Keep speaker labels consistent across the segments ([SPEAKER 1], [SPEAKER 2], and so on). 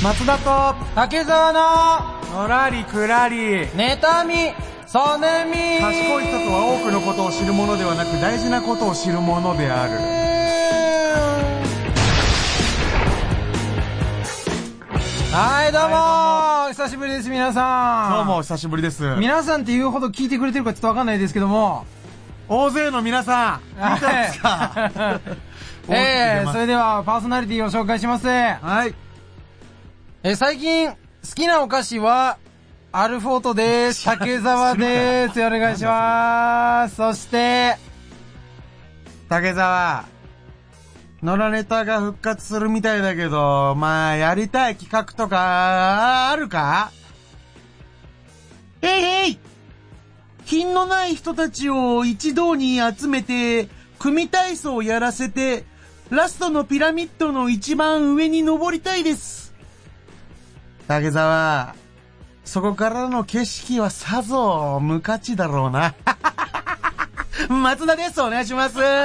[SPEAKER 1] 松田と
[SPEAKER 2] 竹澤の
[SPEAKER 1] のらりくらり
[SPEAKER 2] 妬みそねみ。
[SPEAKER 1] 賢い人とは多くのことを知るものではなく大事なことを知るものである。
[SPEAKER 2] はいどうも久しぶりです皆さん。
[SPEAKER 1] どうも久しぶりです。
[SPEAKER 2] 皆さんって言うほど聞いてくれてるかちょっとわかんないですけども、
[SPEAKER 1] 大勢の皆さん見てますか？
[SPEAKER 2] それではパーソナリティを紹介します。
[SPEAKER 1] はい。
[SPEAKER 2] 最近好きなお菓子はアルフォートです。竹澤です。お願いします。そして
[SPEAKER 1] 竹澤、野良ネタが復活するみたいだけど、まあやりたい企画とかあるか？へい品のない人たちを一堂に集めて組体操をやらせてラストのピラミッドの一番上に登りたいです。竹澤、そこからの景色はさぞ無価値だろうな。松田です。お願いします。
[SPEAKER 2] どうも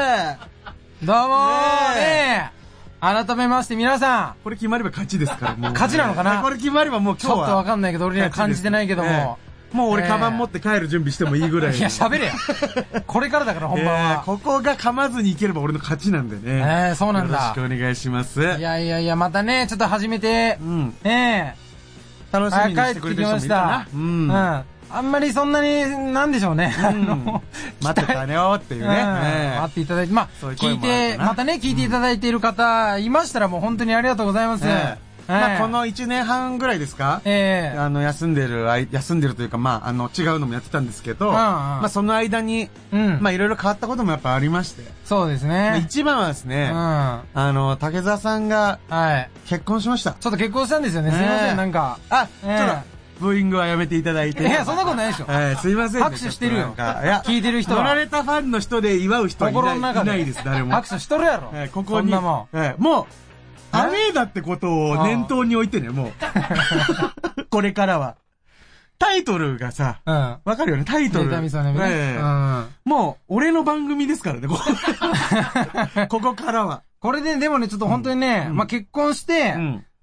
[SPEAKER 2] ね改めまして皆さん、
[SPEAKER 1] これ決まれば勝ちですからもう。
[SPEAKER 2] 勝ちなのかな？
[SPEAKER 1] これ決まればもう今日は
[SPEAKER 2] ちょっとわかんないけど俺には感じてないけども、
[SPEAKER 1] もう俺カバン持って帰る準備してもいいぐらい。
[SPEAKER 2] いや喋れよ。これからだから本番は。
[SPEAKER 1] ここが噛まずにいければ俺の勝ちなんでね。
[SPEAKER 2] そうなんだ。
[SPEAKER 1] よろしくお願いします。
[SPEAKER 2] いやまたねちょっと始めて、
[SPEAKER 1] 楽しみにしてくれてる人もいるかな。
[SPEAKER 2] あんまりそんなになんでしょうね。
[SPEAKER 1] 待ってたねよっていうね。
[SPEAKER 2] 待っていただいて、まあ聞いてまたね聞いていただいている方いましたらもう本当にありがとうございます。
[SPEAKER 1] まあこの1年半ぐらいですか？休んでるというか、まあ違うのもやってたんですけど、まあその間に、まあいろいろ変わったこともやっぱありまして。
[SPEAKER 2] そうですね。
[SPEAKER 1] 一番はですね、竹澤さんが、結婚しました。
[SPEAKER 2] ちょっと結婚したんですよね。すいません、なんか。
[SPEAKER 1] ちょっと、ブーイングはやめていただいて。
[SPEAKER 2] いや、そんなことないでしょ。
[SPEAKER 1] すいません。
[SPEAKER 2] 拍手してるよ。聞いてる人は。
[SPEAKER 1] 乗られたファンの人で祝う人はいないです、誰も。
[SPEAKER 2] 拍手しとるやろ。
[SPEAKER 1] ここに。もう、アウェーだってことを念頭に置いてね、もう。これからは。タイトルがさ、わかるよね、タイトル。もう、俺の番組ですからね、ここからは。
[SPEAKER 2] これでもね、ちょっと本当にね、まあ、結婚して、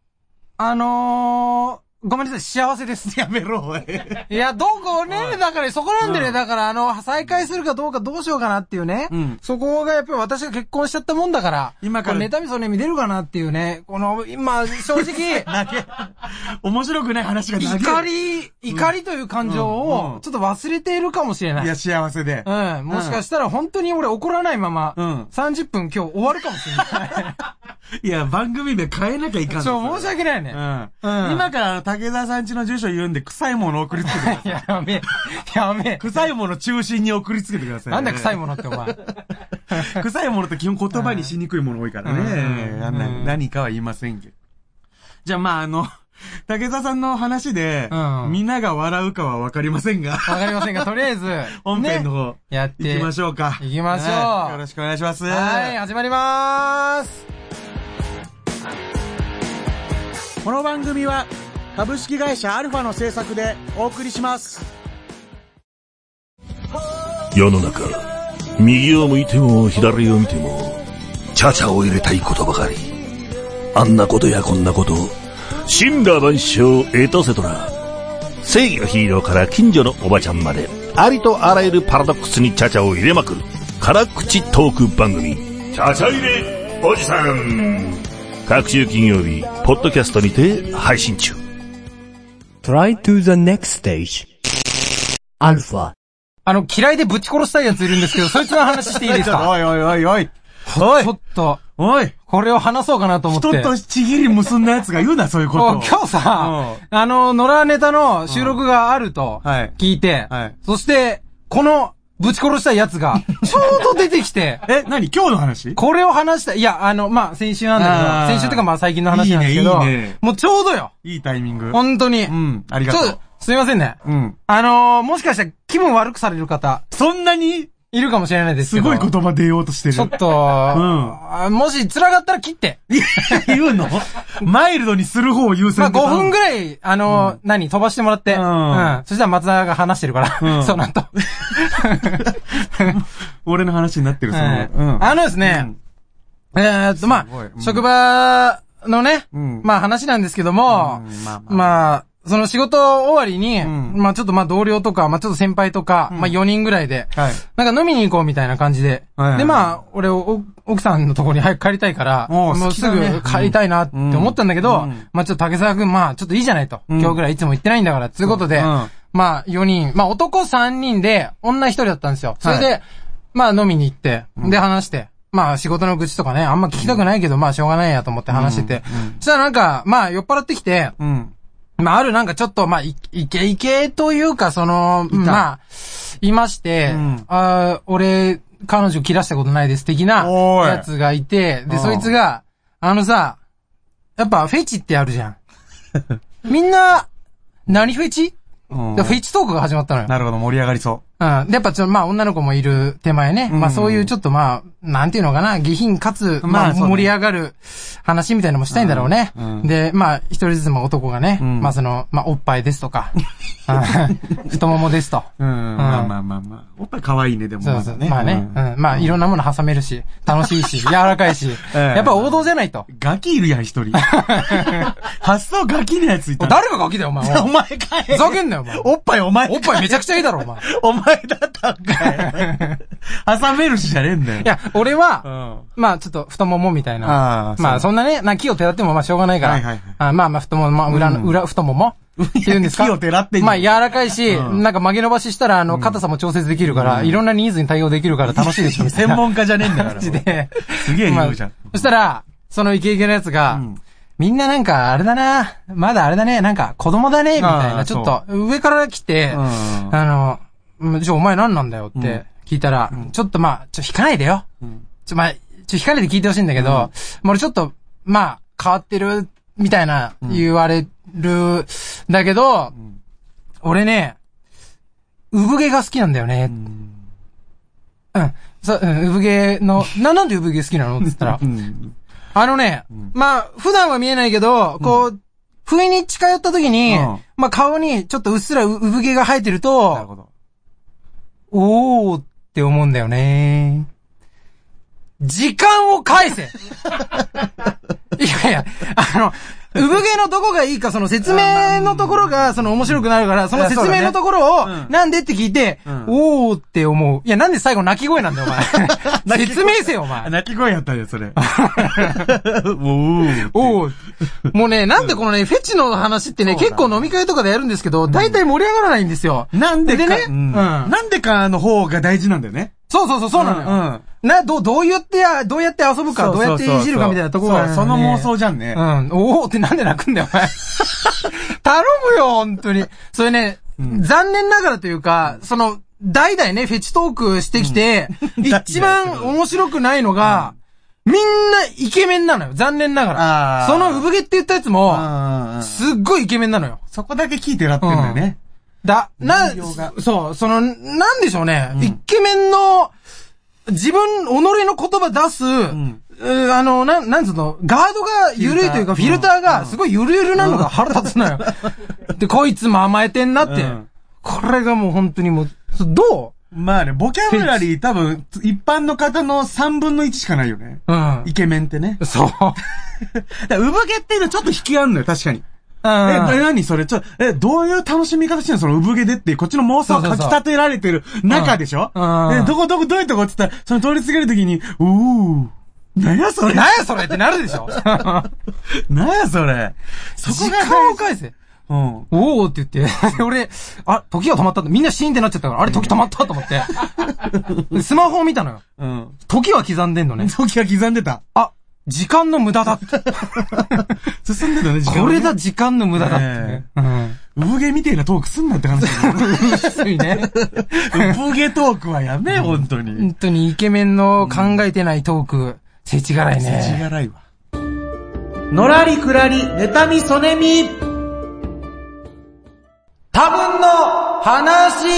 [SPEAKER 2] ごめんなさい、幸せです。
[SPEAKER 1] やめろ、おい。
[SPEAKER 2] いや、どこね、だからそこなんでね、だから再会するかどうかどうしようかなっていうね。そこがやっぱり私が結婚しちゃったもんだから、今から。妬みそねみ出るかなっていうね、今、正直、
[SPEAKER 1] 面白くない話が
[SPEAKER 2] 怒りという感情を、ちょっと忘れているかもしれない。
[SPEAKER 1] いや、幸せで。
[SPEAKER 2] もしかしたら本当に俺怒らないまま、30分今日終わるかもしれない。
[SPEAKER 1] いや、番組名変えなきゃいかんの。
[SPEAKER 2] そう、申し訳ないね。
[SPEAKER 1] 今から竹澤さん家の住所言うんで、臭いもの送りつけてください。
[SPEAKER 2] やめえ。
[SPEAKER 1] 臭いもの中心に送りつけてください。
[SPEAKER 2] なんだ臭いものってお前。
[SPEAKER 1] 臭いものって基本言葉にしにくいもの多いからね。何かは言いませんけど。じゃあまあ竹澤さんの話で、みんなが笑うかはわかりませんが。
[SPEAKER 2] わかりませんが、とりあえず、
[SPEAKER 1] 本編の方、やって行きましょうか。
[SPEAKER 2] 行きましょう。
[SPEAKER 1] よろしくお願いします。
[SPEAKER 2] はい、始まりまーす。
[SPEAKER 1] この番組は、株式会社アルファの制作でお送りします。
[SPEAKER 3] 世の中、右を向いても左を見ても、チャチャを入れたいことばかり。あんなことやこんなこと、神羅万象エトセトラ。正義のヒーローから近所のおばちゃんまで、ありとあらゆるパラドックスにチャチャを入れまくる、辛口トーク番組、チャチャ入れおじさん。各週金曜日、ポッドキャストにて配信中。
[SPEAKER 4] Try to the next stage. アルファ。
[SPEAKER 2] 嫌いでぶち殺したいやついるんですけど、そいつの話していいですか？
[SPEAKER 1] おい。
[SPEAKER 2] ちょっと。おい。これを話そうかなと思って。
[SPEAKER 1] 人とちぎり結んだやつが言うな、そういうことを。
[SPEAKER 2] 今日さ、野良ネタの収録があると聞いて、そして、このぶち殺したやつが、ちょうど出てきて。
[SPEAKER 1] 何今日の話？こ
[SPEAKER 2] れを話した。いや、まあ、先週なんだけど、先週ってかまあ最近の話なんですけど、もうちょうどよ。
[SPEAKER 1] いいタイミング。
[SPEAKER 2] 本当に。
[SPEAKER 1] ありがとう。
[SPEAKER 2] すいませんね。もしかしたら気分悪くされる方。
[SPEAKER 1] そんなに
[SPEAKER 2] いるかもしれないですけど。
[SPEAKER 1] すごい言葉出ようとしてる。
[SPEAKER 2] ちょっと、もし辛かったら切って。
[SPEAKER 1] 言うの？マイルドにする方を優先。
[SPEAKER 2] まあ5分ぐらい、飛ばしてもらって。そしたら松田が話してるから。そうなんと。
[SPEAKER 1] 俺の話になってる、
[SPEAKER 2] ですね。まあ、職場のね、まあ話なんですけども、まあ、その仕事終わりに、まあちょっとまあ同僚とか、まあちょっと先輩とか、まあ4人ぐらいで、なんか飲みに行こうみたいな感じで、でまあ、俺、奥さんのところに早く帰りたいから、もうすぐ帰りたいなって思ったんだけど、まあちょっと竹澤くん、まあちょっといいじゃないと。今日ぐらいいつも行ってないんだから、ということで、まあ4人、まあ男3人で、女1人だったんですよ。それで、まあ飲みに行って、で話して、まあ仕事の愚痴とかね、あんま聞きたくないけど、まあしょうがないやと思って話してて、そしたらなんか、まあ酔っ払ってきて、まああるなんかちょっと、まあイケイケというか、まあ、いまして、俺、彼女切らしたことないです的なやつがいて、で、そいつが、さ、やっぱフェチってあるじゃん。みんな、何フェチ？フェチトークが始まったのよ。
[SPEAKER 1] なるほど、盛り上がりそう。
[SPEAKER 2] で、やっぱまあ女の子もいる手前ね。まあそういうちょっとまあ、なんていうのかな、下品かつ、まあ盛り上がる話みたいなのもしたいんだろうね。で、まあ一人ずつも男がね、まあまあおっぱいですとか、太ももですと。
[SPEAKER 1] まあ。おっぱい可愛いね、でも。
[SPEAKER 2] そうね。まあね。まあいろんなもの挟めるし、楽しいし、柔らかいし。やっぱ王道じゃないと。
[SPEAKER 1] ガキいるやん、一人。発想ガキのやついた。
[SPEAKER 2] 誰がガキだよ、お前。
[SPEAKER 1] お前かい。
[SPEAKER 2] ふざけんなよ、お前。
[SPEAKER 1] おっぱいお前。
[SPEAKER 2] おっぱいめちゃくちゃいいだろ、お前。
[SPEAKER 1] お前だったんかい。挟めるしじゃねえんだよ。
[SPEAKER 2] いや、俺は、まあちょっと太ももみたいな。まあそんなね、木をてらってもまあしょうがないから。まあ太もも、裏太ももって言うんですか？
[SPEAKER 1] 木をてらってん
[SPEAKER 2] まあ柔らかいし、なんか曲げ伸ばししたら硬さも調節できるから、いろんなニーズに対応できるから楽しいでしょ、みたいな。
[SPEAKER 1] 専門家じゃねえんだから。
[SPEAKER 2] すげえ
[SPEAKER 1] 言うじゃん。
[SPEAKER 2] そしたら、そのイケイケのやつが、みんななんかあれだな、まだあれだね、なんか子供だね、みたいな、ちょっと上から来て、じゃあお前何なんだよって聞いたら、ちょっとまあ、引かないでよ。引かないで聞いてほしいんだけど、もう俺ちょっと、まあ、変わってる、みたいな言われる、だけど、俺ね、産毛が好きなんだよね。産毛の、なんで産毛好きなのって言ったら、まあ、普段は見えないけど、こう、不意に近寄った時に、まあ顔にちょっとうっすら産毛が生えてると、なるほど。おーって思うんだよね。時間を返せいやいや、産毛のどこがいいか、その説明のところが、面白くなるから、その説明のところを、なんでって聞いて、おーって思う。いや、なんで最後泣き声なんだよ、お前。説明せよ、お前。
[SPEAKER 1] 泣き声やったよ、それ。お
[SPEAKER 2] ー。もうね、なんでこのね、フェチの話ってね、結構飲み会とかでやるんど、大体盛り上がらないんですよ。
[SPEAKER 1] なんでか、なんでかの方が大事なんだよね。
[SPEAKER 2] そうなのよ。どうやって遊ぶか、どうやっていじるかみたいなところが、
[SPEAKER 1] その妄想じゃんね。
[SPEAKER 2] おーってなんで泣くんだよ、お前。頼むよ、本当に。それね、残念ながらというか、代々ね、フェチトークしてきて、一番面白くないのが、みんなイケメンなのよ、残念ながら。その産毛って言ったやつも、すっごいイケメンなのよ。
[SPEAKER 1] そこだけ聞いてらってんだよね。
[SPEAKER 2] なんでしょうね。イケメンの、己の言葉出す、なんつうの、ガードが緩いというか、フィルターがすごいゆるゆるなのが腹立つのよ。で、こいつも甘えてんなって。これがもう本当にもう、どう？
[SPEAKER 1] まあね、ボキャブラリー多分、一般の方の3分の1しかないよね。イケメンってね。
[SPEAKER 2] そう。
[SPEAKER 1] 産毛っていうのちょっと引きあんのよ、確かに。何それどういう楽しみ方してんのその産毛でって、こっちの妄想をかき立てられてる中でしょどういうとこって言ったら、その通り過ぎるときに、なんやそれ
[SPEAKER 2] ってなるでしょ
[SPEAKER 1] なんやそれそこが
[SPEAKER 2] 時間を返せ。おーって言って、俺、時が止まったみんなシーンってなっちゃったから、あれ時止まったと思って。スマホを見たのよ。時は刻んでんのね。
[SPEAKER 1] 時は刻んでた。
[SPEAKER 2] 時間の無駄だって。
[SPEAKER 1] 進んでたね、時間。
[SPEAKER 2] これだ、時間の無駄だってね。
[SPEAKER 1] 産毛みたいなトークすんなって話だ
[SPEAKER 2] ね。薄いね。
[SPEAKER 1] 産毛トークはやめえ、本当に。
[SPEAKER 2] 本当にイケメンの考えてないトーク、世知辛いね。
[SPEAKER 1] 世知辛いわ。
[SPEAKER 5] のらりくらり、妬みそねみ。
[SPEAKER 2] 多分の話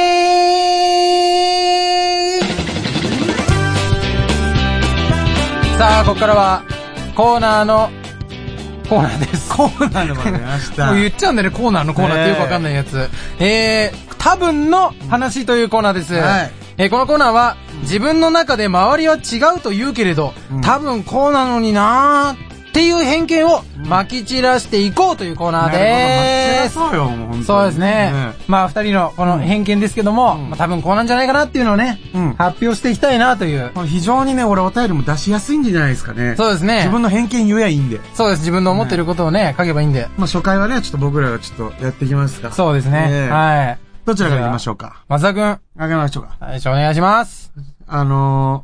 [SPEAKER 2] さあ、ここからは、コーナーです。
[SPEAKER 1] コーナーのまで出ました。
[SPEAKER 2] もう言っちゃうんだよね、コーナーってよくわかんないやつ。多分の話というコーナーです。このコーナーは、自分の中で周りは違うと言うけれど、多分こうなのになーってっていう偏見を撒き散らしていこうというコーナーでーす。
[SPEAKER 1] そうよ、もう本当に。
[SPEAKER 2] そうですね。まあ二人のこの偏見ですけども、まあ多分こうなんじゃないかなっていうのをね、発表していきたいなという。
[SPEAKER 1] 非常にね、俺お便りも出しやすいんじゃないですかね。
[SPEAKER 2] そうですね。
[SPEAKER 1] 自分の偏見言えばいいんで。
[SPEAKER 2] そうです。自分の思ってることをね、書けばいいんで。
[SPEAKER 1] まあ初回はね、ちょっと僕らがちょっとやっていきますか。
[SPEAKER 2] そうですね。はい。
[SPEAKER 1] どちらから行きましょうか。
[SPEAKER 2] 松田くん。
[SPEAKER 1] あげましょうか。
[SPEAKER 2] はい、お願いします。
[SPEAKER 1] はい。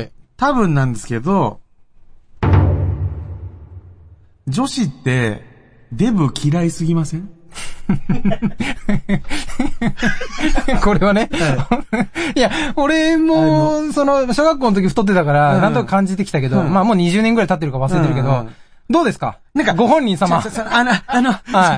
[SPEAKER 1] 多分なんですけど、女子って、デブ嫌いすぎません？
[SPEAKER 2] これはね。いや、俺も、小学校の時太ってたから、なんとか感じてきたけど、まあもう20年ぐらい経ってるか忘れてるけど、どうですか？なんか、ご本人様。
[SPEAKER 1] はい。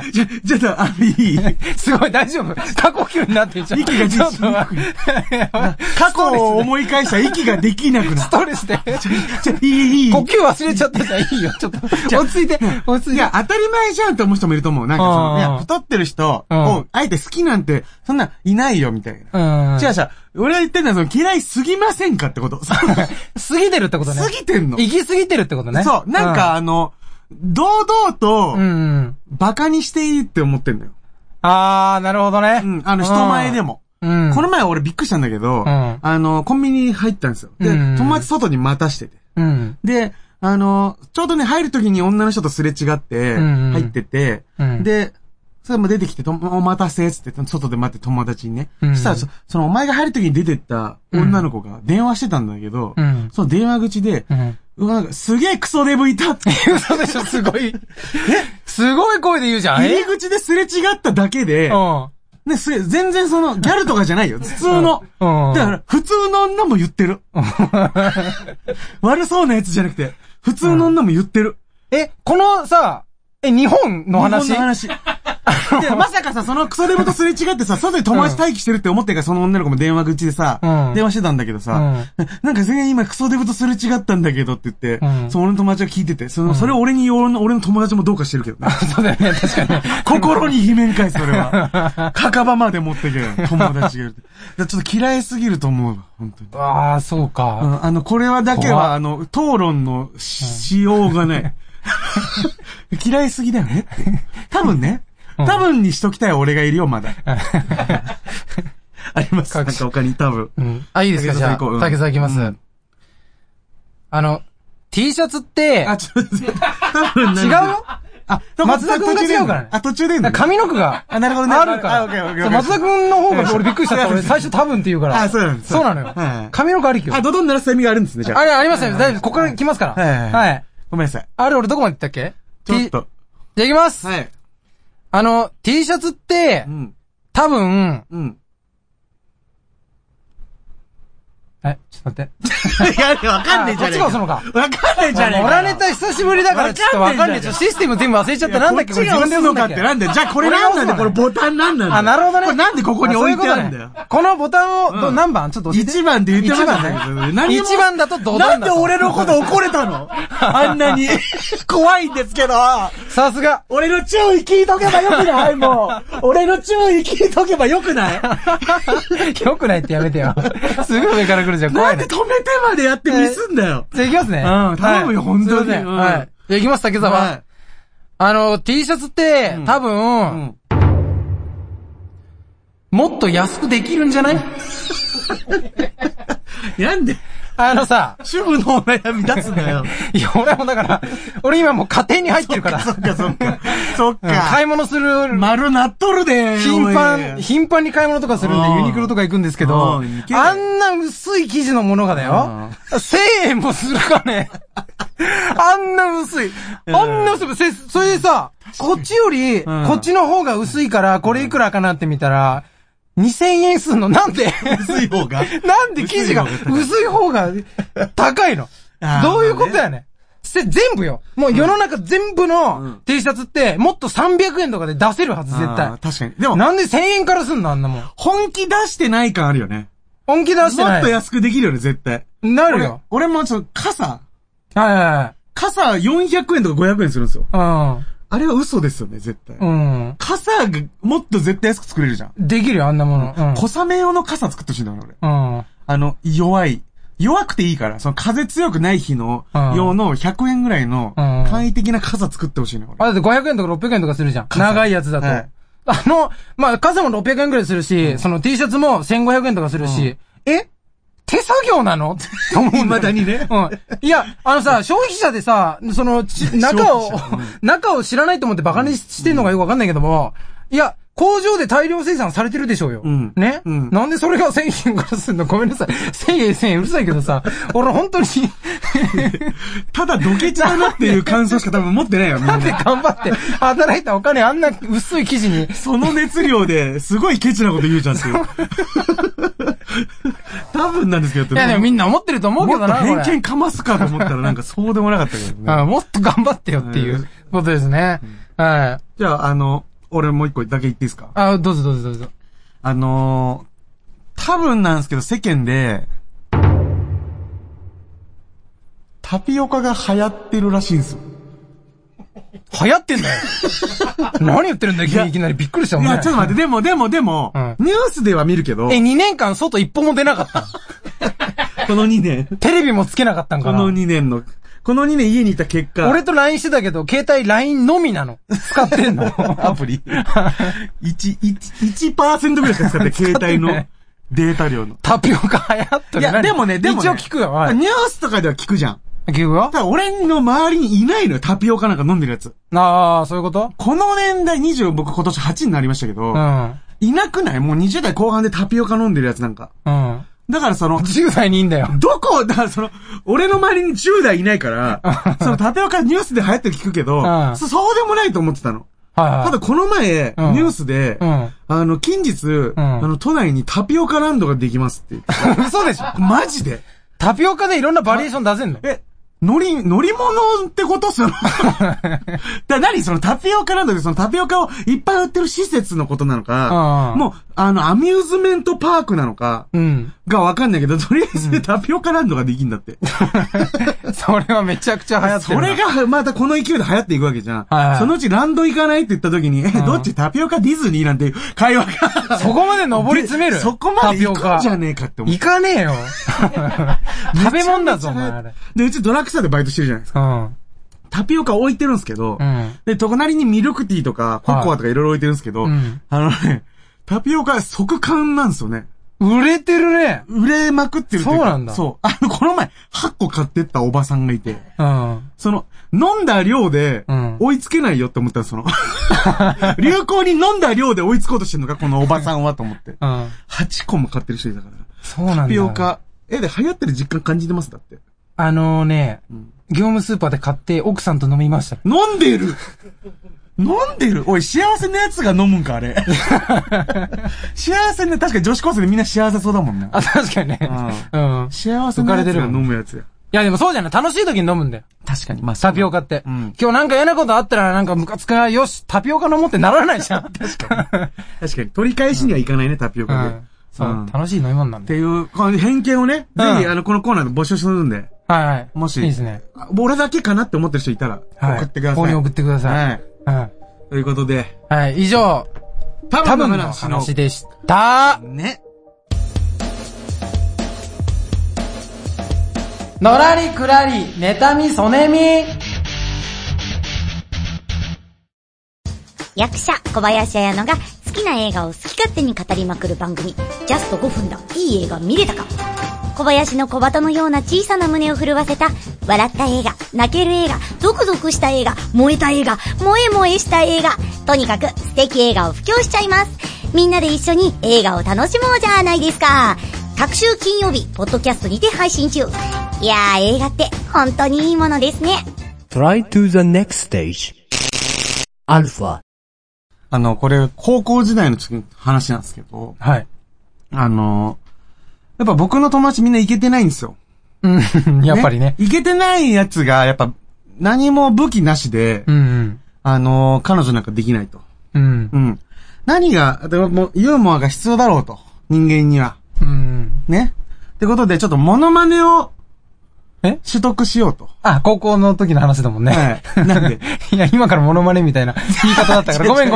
[SPEAKER 1] ちょっと、いい
[SPEAKER 2] すごい、大丈夫。過呼吸になってちょっと。
[SPEAKER 1] 息がちょっと、過去を思い返した息ができなくなる。
[SPEAKER 2] ストレスで。
[SPEAKER 1] いい。
[SPEAKER 2] 呼吸忘れちゃったじゃん、いいよ。ちょっと、落ち着いて。
[SPEAKER 1] いや、当たり前じゃんって思う人もいると思う。なんかいや、太ってる人を、あえて好きなんて、そんないないよ、みたいな。違う。俺が言ってんのは、嫌いすぎませんかってこと。
[SPEAKER 2] 過ぎてるってことね。
[SPEAKER 1] 過ぎてんの。
[SPEAKER 2] 行き過ぎてるってことね。
[SPEAKER 1] そう。なんか堂々と、バカにしていいって思ってんだよ。
[SPEAKER 2] あー、なるほどね。
[SPEAKER 1] 人前でも。この前俺びっくりしたんだけど、コンビニ入ったんですよ。で、友達外に待たしてて。で、ちょうどね、入る時に女の人とすれ違って、入ってて、で、それも出てきて、お待たせっつって、外で待って友達にね。そしたら、そのお前が入る時に出てった女の子が電話してたんだけど、その電話口で、なんかすげえクソデブいたって。
[SPEAKER 2] 嘘でしょ、すごい。すごい声で言うじゃん。
[SPEAKER 1] 入り口ですれ違っただけで、ね、全然ギャルとかじゃないよ。普通の。だから、普通の女も言ってる。悪そうなやつじゃなくて、普通の女も言ってる。
[SPEAKER 2] このさ、日本の話？
[SPEAKER 1] 日本の話。で、まさかさ、そのクソデブとすれ違ってさ、外で友達待機してるって思ってからその女の子も電話口でさ、電話してたんだけどさ、なんか全然今クソデブとすれ違ったんだけどって言って、その俺の友達が聞いてて、それ俺に俺の友達もどうかしてるけどね。
[SPEAKER 2] そうだよね、確かにね。
[SPEAKER 1] 心に秘めんかい、それは。墓場まで持ってけよ、友達がいる。ちょっと嫌いすぎると思うわ、本当に。
[SPEAKER 2] ああ、そうか。
[SPEAKER 1] これはだけは、討論のしようがない。嫌いすぎだよねって。多分にしときたい俺がいるよ、まだ。あります。なんか他に多分。
[SPEAKER 2] いいですか、じゃあ。竹澤いきます。T シャツって、違うよ。松田くんが違うからね。
[SPEAKER 1] 途中でいいんだ。
[SPEAKER 2] 上の句が。
[SPEAKER 1] なるほどね。
[SPEAKER 2] あるから。松田くんの方が俺びっくりしちゃった。俺最初多分って言うから。
[SPEAKER 1] そうなんです。
[SPEAKER 2] そうなのよ。上の句ありきよ。
[SPEAKER 1] ドドン鳴らす意味があるんですね、じゃあ。
[SPEAKER 2] ありますよ。大丈夫。ここから来ますから。はい。
[SPEAKER 1] ごめんなさい。
[SPEAKER 2] 俺どこまで言ったっけ？
[SPEAKER 1] ちょっと。
[SPEAKER 2] じゃあ行きます。
[SPEAKER 1] はい。
[SPEAKER 2] T シャツって、多分、ちょっと待って。
[SPEAKER 1] いや、わかんねえじゃねえか。
[SPEAKER 2] こっちが押すのか。
[SPEAKER 1] わかんねえじゃねえか。
[SPEAKER 2] モラネタ久しぶりだからちょっとわかんねえ。システム全部忘れちゃった。なんだっけこれ自分で押すのかって。
[SPEAKER 1] なんだよ。じゃあこれなんなんだよ。これボタンなんなんだよ。
[SPEAKER 2] なるほどね。
[SPEAKER 1] これなんでここに置いてあるんだよ。
[SPEAKER 2] このボタンを、何番ちょっと教えて。
[SPEAKER 1] 1番って言ってましたね。
[SPEAKER 2] 1番だとどう
[SPEAKER 1] なんで俺のこと怒れたのあんなに。怖いんですけど。
[SPEAKER 2] さすが。
[SPEAKER 1] 俺の注意聞いとけばよくないもう。俺の注意聞いとけばよくない
[SPEAKER 2] よくないってやめてよ。すぐ上から来るじゃん。怖いね。
[SPEAKER 1] なんで止めてまでやってミスんだよ。
[SPEAKER 2] じゃあ行きますね。
[SPEAKER 1] 頼むよ、本当に。
[SPEAKER 2] はい。じゃあ行きます、竹澤。T シャツって、多分、もっと安くできるんじゃない？
[SPEAKER 1] なんで主婦のお悩み出すんだよ。
[SPEAKER 2] いや、俺もだから、俺今もう家庭に入ってるから。
[SPEAKER 1] そっか。
[SPEAKER 2] 買い物する。
[SPEAKER 1] 丸なっとるで。
[SPEAKER 2] 頻繁に買い物とかするんで、ユニクロとか行くんですけど、あんな薄い生地のものがだよ。1000円もするかね。あんな薄い。それでさ、こっちより、こっちの方が薄いから、これいくらかなって見たら、2000円すんのなんで
[SPEAKER 1] 薄い方が
[SPEAKER 2] なんで生地が薄い方が高いのどういうことやね全部よ。もう世の中全部の T シャツってもっと300円とかで出せるはず、絶対。
[SPEAKER 1] 確かに。でも、
[SPEAKER 2] なんで1000円からすんのあんなもん。
[SPEAKER 1] 本気出してない感あるよね。
[SPEAKER 2] 本気出してない。
[SPEAKER 1] もっと安くできるよね、絶対。
[SPEAKER 2] なるよ。
[SPEAKER 1] 俺も傘
[SPEAKER 2] はい。
[SPEAKER 1] 傘400円とか500円するんですよ。あれは嘘ですよね、絶対。傘がもっと絶対安く作れるじゃん。
[SPEAKER 2] できるよ、あんなもの。
[SPEAKER 1] 小雨用の傘作ってほしいんだから、俺。弱い。 弱くていいから、その風強くない日の用の100円ぐらいの簡易的な傘作ってほしいね、俺。
[SPEAKER 2] だって500円とか600円とかするじゃん。長いやつだと。はい、傘も600円ぐらいするし、その T シャツも1500円とかするし、手作業なのって思う。
[SPEAKER 1] 未だにね。
[SPEAKER 2] いや、消費者でさ、中を知らないと思ってバカにしてんのかよくわかんないけども、いや、工場で大量生産されてるでしょうよ。ね、なんでそれが1000円からすんの？ごめんなさい。1000円うるさいけどさ、俺本当に。
[SPEAKER 1] ただドケチだなっていう感想しか多分持ってないよ、みんな。
[SPEAKER 2] なんで頑張って働いたお金あんな薄い生地に。
[SPEAKER 1] その熱量ですごいケチなこと言うじゃんっていう。多分なんですけど。
[SPEAKER 2] いやでもみんな思ってると思うけどな。
[SPEAKER 1] もっと偏見かますかと思ったらなんかそうでもなかったけどね。
[SPEAKER 2] もっと頑張ってよっていうことですね。はい。
[SPEAKER 1] じゃあ俺もう一個だけ言っていいですか？
[SPEAKER 2] どうぞ。
[SPEAKER 1] 多分なんですけど世間で、タピオカが流行ってるらしいんですよ。
[SPEAKER 2] 流行ってんだよ。何言ってるんだよ、いきなりびっくりしたもんね。
[SPEAKER 1] いや、ちょっと待って、でも、ニュースでは見るけど。
[SPEAKER 2] 2年間外一歩も出なかった
[SPEAKER 1] この2年。
[SPEAKER 2] テレビもつけなかったんかな。
[SPEAKER 1] この2年家にいた結果。
[SPEAKER 2] 俺と LINE してたけど、携帯 LINE のみなの。使ってんの。
[SPEAKER 1] アプリ。1% ぐらいしか使って携帯のデータ量の。
[SPEAKER 2] タピオカ流行ってる。
[SPEAKER 1] いや、でもね。
[SPEAKER 2] 一応聞くよ。
[SPEAKER 1] ニュースとかでは聞くじゃん。
[SPEAKER 2] 聞くよ。
[SPEAKER 1] ただ俺の周りにいないのよ、タピオカなんか飲んでるやつ。
[SPEAKER 2] ああ、そういうこと？
[SPEAKER 1] この年代僕今年8になりましたけど、いなくない？もう20代後半でタピオカ飲んでるやつなんか。だから
[SPEAKER 2] 10代にいいんだよ。
[SPEAKER 1] 俺の周りに10代いないから、タピオカニュースで流行ってる聞くけど、そうでもないと思ってたの。ただこの前、ニュースで、近日、都内にタピオカランドができますって言って。
[SPEAKER 2] 嘘でしょ？
[SPEAKER 1] マジで？
[SPEAKER 2] タピオカでいろんなバリエーション出せんの？
[SPEAKER 1] 乗り物ってこと何タピオカランドでタピオカをいっぱい売ってる施設のことなのか、もう、アミューズメントパークなのか、がわかんないけど、とりあえずタピオカランドができんだって。
[SPEAKER 2] それはめちゃくちゃ流行ってる。
[SPEAKER 1] それがまたこの勢いで流行っていくわけじゃん。そのうちランド行かないって言った時に、どっちタピオカディズニーなんていう会話が。
[SPEAKER 2] そこまで上り詰める？
[SPEAKER 1] そこまで行くんじゃねえかって思う。
[SPEAKER 2] 行かねえよ。食べ物だぞ、お前あれ。
[SPEAKER 1] で、うちドラッグストアでバイトしてるじゃないですか。タピオカ置いてるんですけど、で、隣にミルクティーとか、ココアとかいろいろ置いてるんですけど、タピオカ即完なんですよね。
[SPEAKER 2] 売れてるね。
[SPEAKER 1] 売れまくってるっていうか。
[SPEAKER 2] そうなんだ。
[SPEAKER 1] そう。この前、8個買ってったおばさんがいて、飲んだ量で、追いつけないよって思ったら、流行に飲んだ量で追いつこうとしてるのか、このおばさんはと思って。8個も買ってる人だから。
[SPEAKER 2] そうなんだ。
[SPEAKER 1] タピオカ。で、流行ってる実感感じてますだって。
[SPEAKER 2] 業務スーパーで買って奥さんと飲みました。
[SPEAKER 1] 飲んでるおい、幸せなやつが飲むんか、あれ。幸せね、確かに女子高生でみんな幸せそうだもんね。
[SPEAKER 2] 確かにね。
[SPEAKER 1] 幸せなやつが飲むやつや。
[SPEAKER 2] いやでもそうじゃない。楽しい時に飲むんだよ。
[SPEAKER 1] 確かに。
[SPEAKER 2] タピオカって。今日なんか嫌なことあったらなんかムカつかよし、タピオカ飲もうってならないじゃん。
[SPEAKER 1] 確かに。取り返しにはいかないね、タピオカで。
[SPEAKER 2] そう、楽しい飲み物なん
[SPEAKER 1] で。っていう、この偏見をね、ぜひこのコーナーで募集するんで。
[SPEAKER 2] はい。
[SPEAKER 1] もし。
[SPEAKER 2] いいですね。
[SPEAKER 1] 俺だけかなって思ってる人いたら、送ってください。
[SPEAKER 2] ここに送ってください。
[SPEAKER 1] はい。ということで。
[SPEAKER 2] はい。以上、多分の話でした。
[SPEAKER 1] ね。
[SPEAKER 2] のらりくらり、妬みそねみ。
[SPEAKER 6] 役者小林彩乃が好きな映画を好き勝手に語りまくる番組、ジャスト5分だ、いい映画見れたか。小林の小鳩のような小さな胸を震わせた、笑った映画、泣ける映画、ゾクゾクした映画、燃えた映画、萌え萌えした映画、とにかく素敵映画を布教しちゃいます。みんなで一緒に映画を楽しもうじゃないですか。各週金曜日、ポッドキャストにて配信中。いやー、映画って本当にいいものですね。
[SPEAKER 4] Try to the next stage. アルファ。
[SPEAKER 1] これ、高校時代の話なんですけど、
[SPEAKER 2] はい。
[SPEAKER 1] やっぱ僕の友達みんなイケてないんですよ。
[SPEAKER 2] やっぱりね。
[SPEAKER 1] イケてないやつが、やっぱ、何も武器なしで、彼女なんかできないと。何が、もうユーモアが必要だろうと。人間には。ね。ってことで、ちょっとモノマネを、取得しようと。
[SPEAKER 2] 高校の時の話だもんね。
[SPEAKER 1] はい。なんで
[SPEAKER 2] いや、今からモノマネみたいな言い方だったから、ごめん。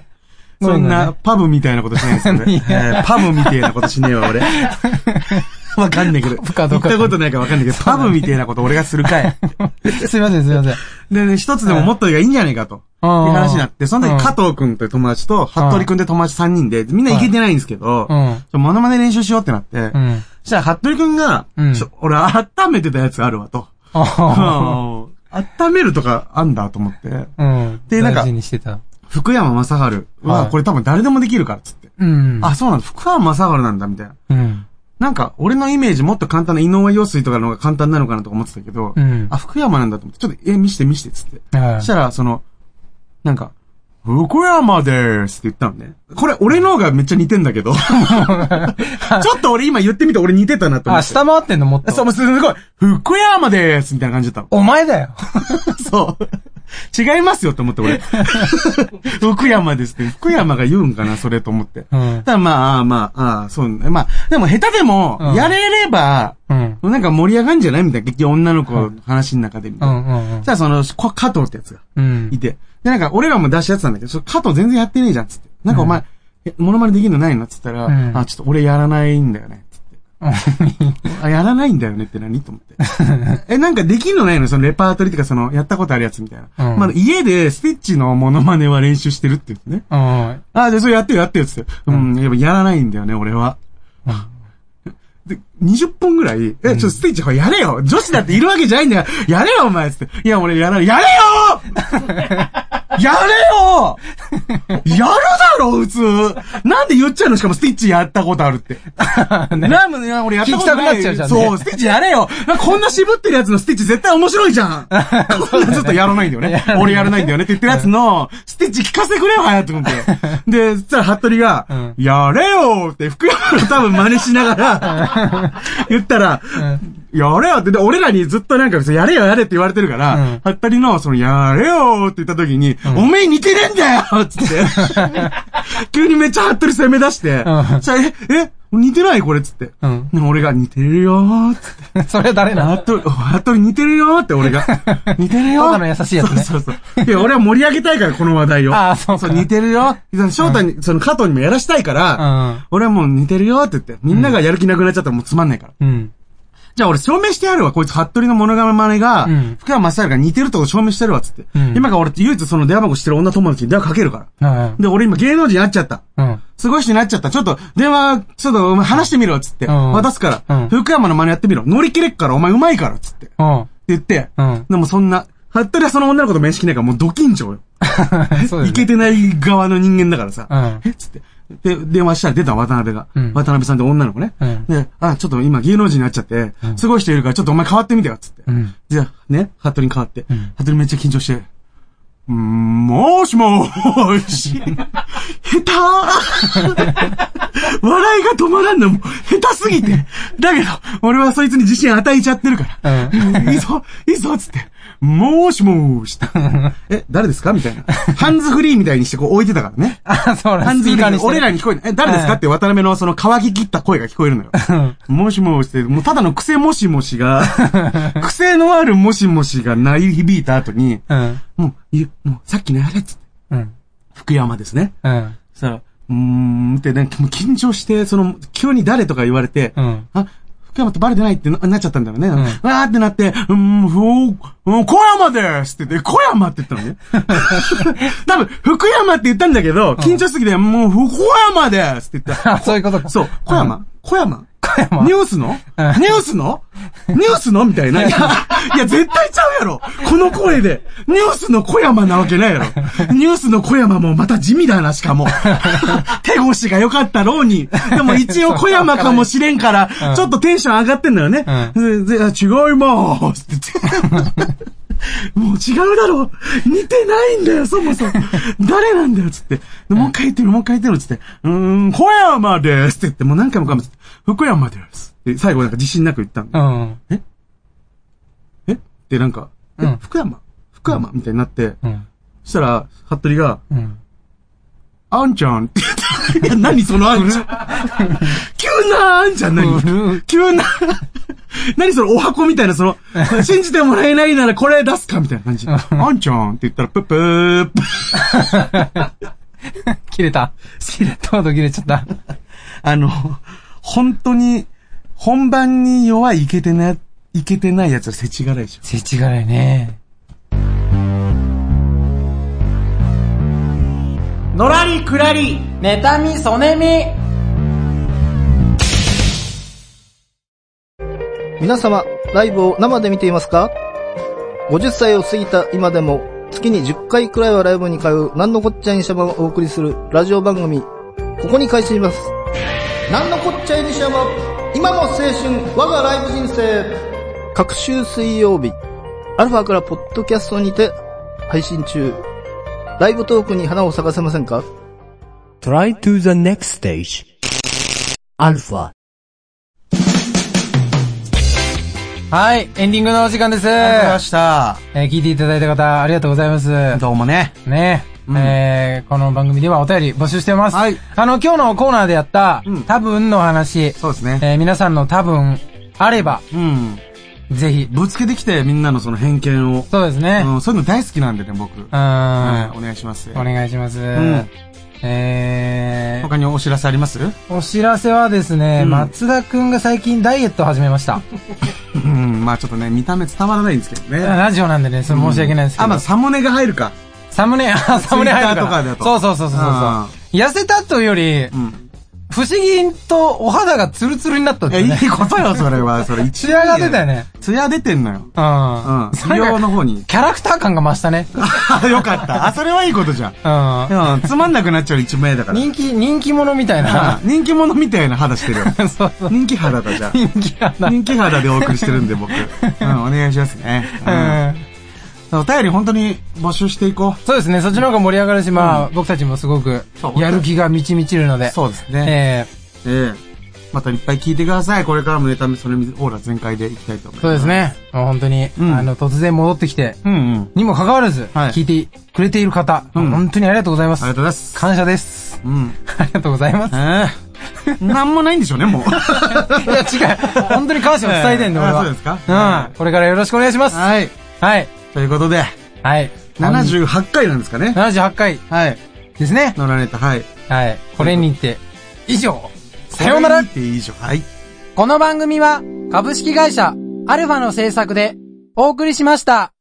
[SPEAKER 1] そんな、パブみたいなことしないですよね。パブみたいなことしねえわ、俺。 わかんないけど。行ったことないからわかんないけど、パブみたいなこと俺がするかい。
[SPEAKER 2] すいません。
[SPEAKER 1] でね、一つでも持っといがいいんじゃないかと。いう話になって、その時加藤くんという友達と、服部くんという友達3人で、みんな行けてないんですけど、モノマネ練習しようってなって、そしたら服部くんが、俺温めてたやつがあるわと。温めるとかあんだと思って。
[SPEAKER 2] で、なんか、
[SPEAKER 1] 福山雅治は、これ多分誰でもできるからっつって。あ、そうなんだ。福山雅治なんだ、みたいな。なんか、俺のイメージもっと簡単な井上陽水とかの方が簡単なのかなとか思ってたけど、あ、福山なんだと思って、ちょっと、見して、つって。そしたら、なんか、福山でーすって言ったのね。これ、俺の方がめっちゃ似てんだけど。ちょっと俺今言ってみて俺似てたなと思って。
[SPEAKER 2] 下回ってんのもっと。
[SPEAKER 1] そう、すごい、福山でーすみたいな感じだったの。
[SPEAKER 2] お前だよ。
[SPEAKER 1] そう。違いますよと思って俺。福山ですって。福山が言うんかな、それと思って。ただまあ、そうね。まあ、でも下手でも、やれれば、なんか盛り上がんじゃないみたいな。結局女の子の話の中でみたいな。じゃあ加藤ってやつがいて。で、なんか俺らも出しやってたんだけど、加藤全然やってねえじゃん、つって。なんかお前、モノマネできるのないのつったら、ちょっと俺やらないんだよね。やらないんだよねって何と思って。なんかできんのないのそのレパートリーとかやったことあるやつみたいな。まあ、家でスティッチのモノマネは練習してるって言ってね。じゃあそれやってよつって。やっぱやらないんだよね、俺は。で、20分ぐらい、ちょっとスティッチほらやれよ女子だっているわけじゃないんだよやれよお前つって。いや、俺やれよやれよやるだろ普通なんで言っちゃうのしかもスティッチやったことあるって。なんで俺やったことない。
[SPEAKER 2] 聞きたくなっちゃうじゃん、
[SPEAKER 1] そう、スティッチやれよこんな渋ってるやつのスティッチ絶対面白いじゃんこんなずっとやらないんだよね。俺やらないんだよねって言ってるやつの、スティッチ聞かせてくれよ、早く思って。で、そしたら服部が、やれよって福山の多分真似しながら、言ったら、やれよって、で、俺らにずっとなんか、やれよやれって言われてるから、服部の、やれよって言った時に、おめえ似てねえんだよつって、急にめっちゃ服部攻め出して、似てないこれつって。俺が似てるよーつって。
[SPEAKER 2] それ誰なの？
[SPEAKER 1] 服部似てるよーって俺が。似てるよー。
[SPEAKER 2] ただの優しいやつね。
[SPEAKER 1] そう。いや、俺は盛り上げたいから、この話題を。そう、似てるよ。翔太に、加藤にもやらしたいから、俺はもう似てるよって言って、みんながやる気なくなっちゃったらもうつまんないから。じゃあ俺証明してやるわ。こいつ服部のモノマネが、福山雅治が似てると証明してやるわっつって。今から俺唯一その電話番号知ってる女友達に電話かけるから。で、俺今芸能人になっちゃった。すごい人になっちゃった。ちょっと電話、ちょっと話してみろっつって。渡すから。福山の真似やってみろ。乗り切れっからお前上手いからっつって。って言って。でもそんな、服部はその女の子と面識ないからもうド緊張よ。いけてない側の人間だからさ。つって。で、電話したら出た渡辺が。渡辺さんって女の子ね。で、ちょっと今芸能人になっちゃって、すごい人いるからちょっとお前変わってみてよ、つって。じゃあ、ね、服部に変わって。服部めっちゃ緊張して、もーしもーし。下手笑いが止まらんのも下手すぎて。だけど、俺はそいつに自信与えちゃってるから。いいぞ、つって。もーしもーし。誰ですかみたいな。ハンズフリーみたいにしてこう置いてたからね。
[SPEAKER 2] そうなん
[SPEAKER 1] ハンズフリーに俺らに聞こえない。誰ですかって渡辺のその乾き切った声が聞こえるのよ。もしもーしって、もうただの癖もしもしが、癖のあるもしもしが鳴り響いた後に、もうさっきのやれっつって。福山ですね。さあ、ってなんかもう緊張して、急に誰とか言われて、福山ってバレてないってなっちゃったんだろうね。わーってなって、小山ですって言って、小山って言ったのね。多分、福山って言ったんだけど、緊張しすぎて、もう、小山ですって言った。
[SPEAKER 2] そういうことか。
[SPEAKER 1] そう、小山ニュースのみたいな。いや、絶対ちゃうやろ。この声で。ニュースの小山なわけないやろ。ニュースの小山もまた地味だな、しかも。手越しが良かったろうに。でも一応小山かもしれんから、ちょっとテンション上がってんだよね。違いまーすって言って。もう違うだろ似てないんだよ、そもそも。誰なんだよ、つって。もう一回言ってる、つって。小山ですって言って、もう何回もかもつって。福山です。で、最後なんか自信なく言ったんだ。で、なんか、福山みたいになって、そしたら、服部が、あんちゃんって言って、いや、何そのあんちゃん。急なあんちゃん何急な、何そのお箱みたいな信じてもらえないならこれ出すかみたいな感じ。あんちゃんって言ったら、プップー
[SPEAKER 2] 切れた。とうとう切れちゃった。
[SPEAKER 1] 本当に、 本番に弱いいけてないやつは世知辛いでしょ。
[SPEAKER 2] 世知辛いね。
[SPEAKER 5] のらりくらり、
[SPEAKER 2] 妬みそねみ。
[SPEAKER 7] 皆様、ライブを生で見ていますか？ 50 歳を過ぎた今でも、月に10回くらいはライブに通う、なんのこっちゃいにしゃばをお送りするラジオ番組、ここに開始します。なんのこっちゃいにしゃば、今も青春、我がライブ人生。各週水曜日、アルファからポッドキャストにて配信中。ライブトークに花を咲かせませんか？
[SPEAKER 4] Try to the next stage. アルファ。
[SPEAKER 2] はい、エンディングのお時間です。
[SPEAKER 1] ありがとうございました。
[SPEAKER 2] 聞いていただいた方、ありがとうございます。
[SPEAKER 1] どうもね。
[SPEAKER 2] ね。この番組ではお便り募集してます。はい。今日のコーナーでやった、多分の話。
[SPEAKER 1] そうですね。
[SPEAKER 2] 皆さんの多分あれば、ぜひ。
[SPEAKER 1] ぶつけてきてみんなのその偏見を。
[SPEAKER 2] そうですね。
[SPEAKER 1] そういうの大好きなんでね、僕。お願いします。
[SPEAKER 2] お願いします。
[SPEAKER 1] 他にお知らせあります？
[SPEAKER 2] お知らせはですね、松田くんが最近ダイエットを始めました。
[SPEAKER 1] まあちょっとね、見た目伝わらないんですけどね。
[SPEAKER 2] ラジオなんでね、申し訳ないですけど。
[SPEAKER 1] まあサムネが入るか。
[SPEAKER 2] サムネ入るか。
[SPEAKER 1] とかだと。
[SPEAKER 2] そう。痩せたというより、不思議とお肌がツルツルになったんだよね。
[SPEAKER 1] いいことよ、それは。それ
[SPEAKER 2] ツヤが出たよね。
[SPEAKER 1] ツヤ出てんのよ。美容の方に。
[SPEAKER 2] キャラクター感が増したね。
[SPEAKER 1] よかった。それはいいことじゃん。つまんなくなっちゃう一枚だから。
[SPEAKER 2] 人気者みたいな。
[SPEAKER 1] 人気者みたいな肌してるよ。そう。人気肌だじゃん。人気肌でお送りしてるんで僕。お願いしますね。お便り本当に募集していこう。
[SPEAKER 2] そうですね。そっちの方が盛り上がるし、僕たちもすごくやる気が満ち満ちるので。
[SPEAKER 1] そうですね。またいっぱい聞いてください。これからも妬みそれみオーラ全開でいきたいと思います。
[SPEAKER 2] そうですね。もう本当に、突然戻ってきて、にもかかわらず、聞いてくれている方、本当にありがとうございます。
[SPEAKER 1] ありがとうございます。
[SPEAKER 2] 感謝です。ありがとうございます。
[SPEAKER 1] なんもないんでしょうね、もう。
[SPEAKER 2] いや、違う。本当に感謝を伝えてんだ、俺は。
[SPEAKER 1] そうですか？
[SPEAKER 2] これからよろしくお願いします。
[SPEAKER 1] はい。
[SPEAKER 2] はい。
[SPEAKER 1] ということで、
[SPEAKER 2] はい。
[SPEAKER 1] 78回なんですかね。
[SPEAKER 2] 78回。
[SPEAKER 1] はい。
[SPEAKER 2] ですね。
[SPEAKER 1] 乗られた、はい。
[SPEAKER 2] はい。これにて、以上。さようなら。
[SPEAKER 1] これにて以上。はい。
[SPEAKER 2] この番組は、株式会社、アルファの制作で、お送りしました。